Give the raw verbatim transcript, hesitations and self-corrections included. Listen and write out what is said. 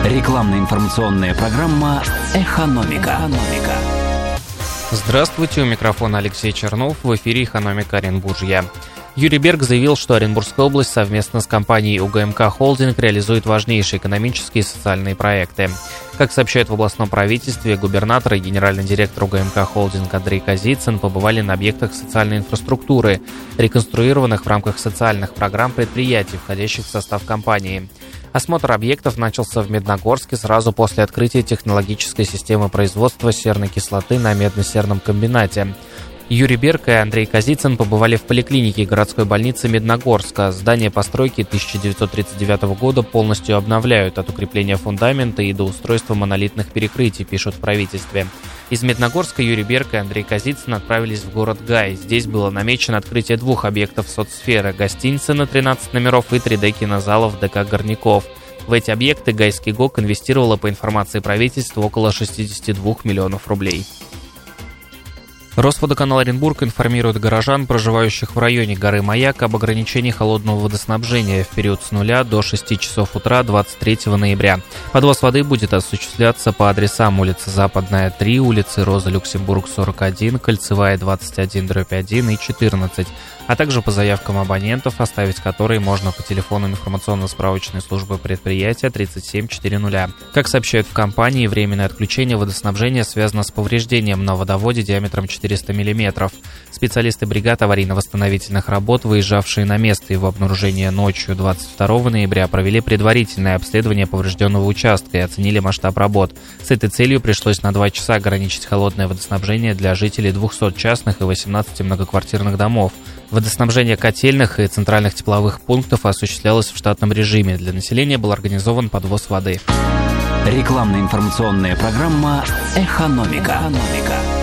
Рекламно-информационная программа «Экономика». Здравствуйте, у микрофона Алексей Чернов, в эфире «Экономика Оренбуржья». Юрий Берг заявил, что Оренбургская область совместно с компанией УГМК Холдинг реализует важнейшие экономические и социальные проекты. Как сообщают в областном правительстве, губернатор и генеральный директор УГМК Холдинг Андрей Козицын побывали на объектах социальной инфраструктуры, реконструированных в рамках социальных программ предприятий, входящих в состав компании. Осмотр объектов начался в Медногорске сразу после открытия технологической системы производства серной кислоты на медно-серном комбинате. Юрий Берг и Андрей Козицын побывали в поликлинике городской больницы Медногорска. Здание постройки тысяча девятьсот тридцать девятого года полностью обновляют от укрепления фундамента и до устройства монолитных перекрытий, пишут в правительстве. Из Медногорска Юрий Берг и Андрей Козицын отправились в город Гай. Здесь было намечено открытие двух объектов соцсферы – гостиницы на тринадцать номеров и три дэ кинозалов ДК «Горняков». В эти объекты Гайский ГОК инвестировало, по информации правительства, около шестьдесят два миллионов рублей. Росводоканал Оренбург информирует горожан, проживающих в районе горы Маяк, об ограничении холодного водоснабжения в период с нуля до шести часов утра двадцать третьего ноября. Подвоз воды будет осуществляться по адресам: улица Западная, три, улицы Роза Люксембург, сорок один, Кольцевая, двадцать один дробь один и четырнадцать, а также по заявкам абонентов, оставить которые можно по телефону информационно-справочной службы предприятия тридцать семь четыреста. Как сообщают в компании, временное отключение водоснабжения связано с повреждением на водоводе диаметром четыреста миллиметров. Специалисты бригад аварийно-восстановительных работ, выезжавшие на место его обнаружения ночью двадцать второго ноября, провели предварительное обследование поврежденного участка и оценили масштаб работ. С этой целью пришлось на два часа ограничить холодное водоснабжение для жителей двухсот частных и восемнадцати многоквартирных домов. Водоснабжение котельных и центральных тепловых пунктов осуществлялось в штатном режиме. Для населения был организован подвоз воды. Рекламно-информационная программа «Экономика».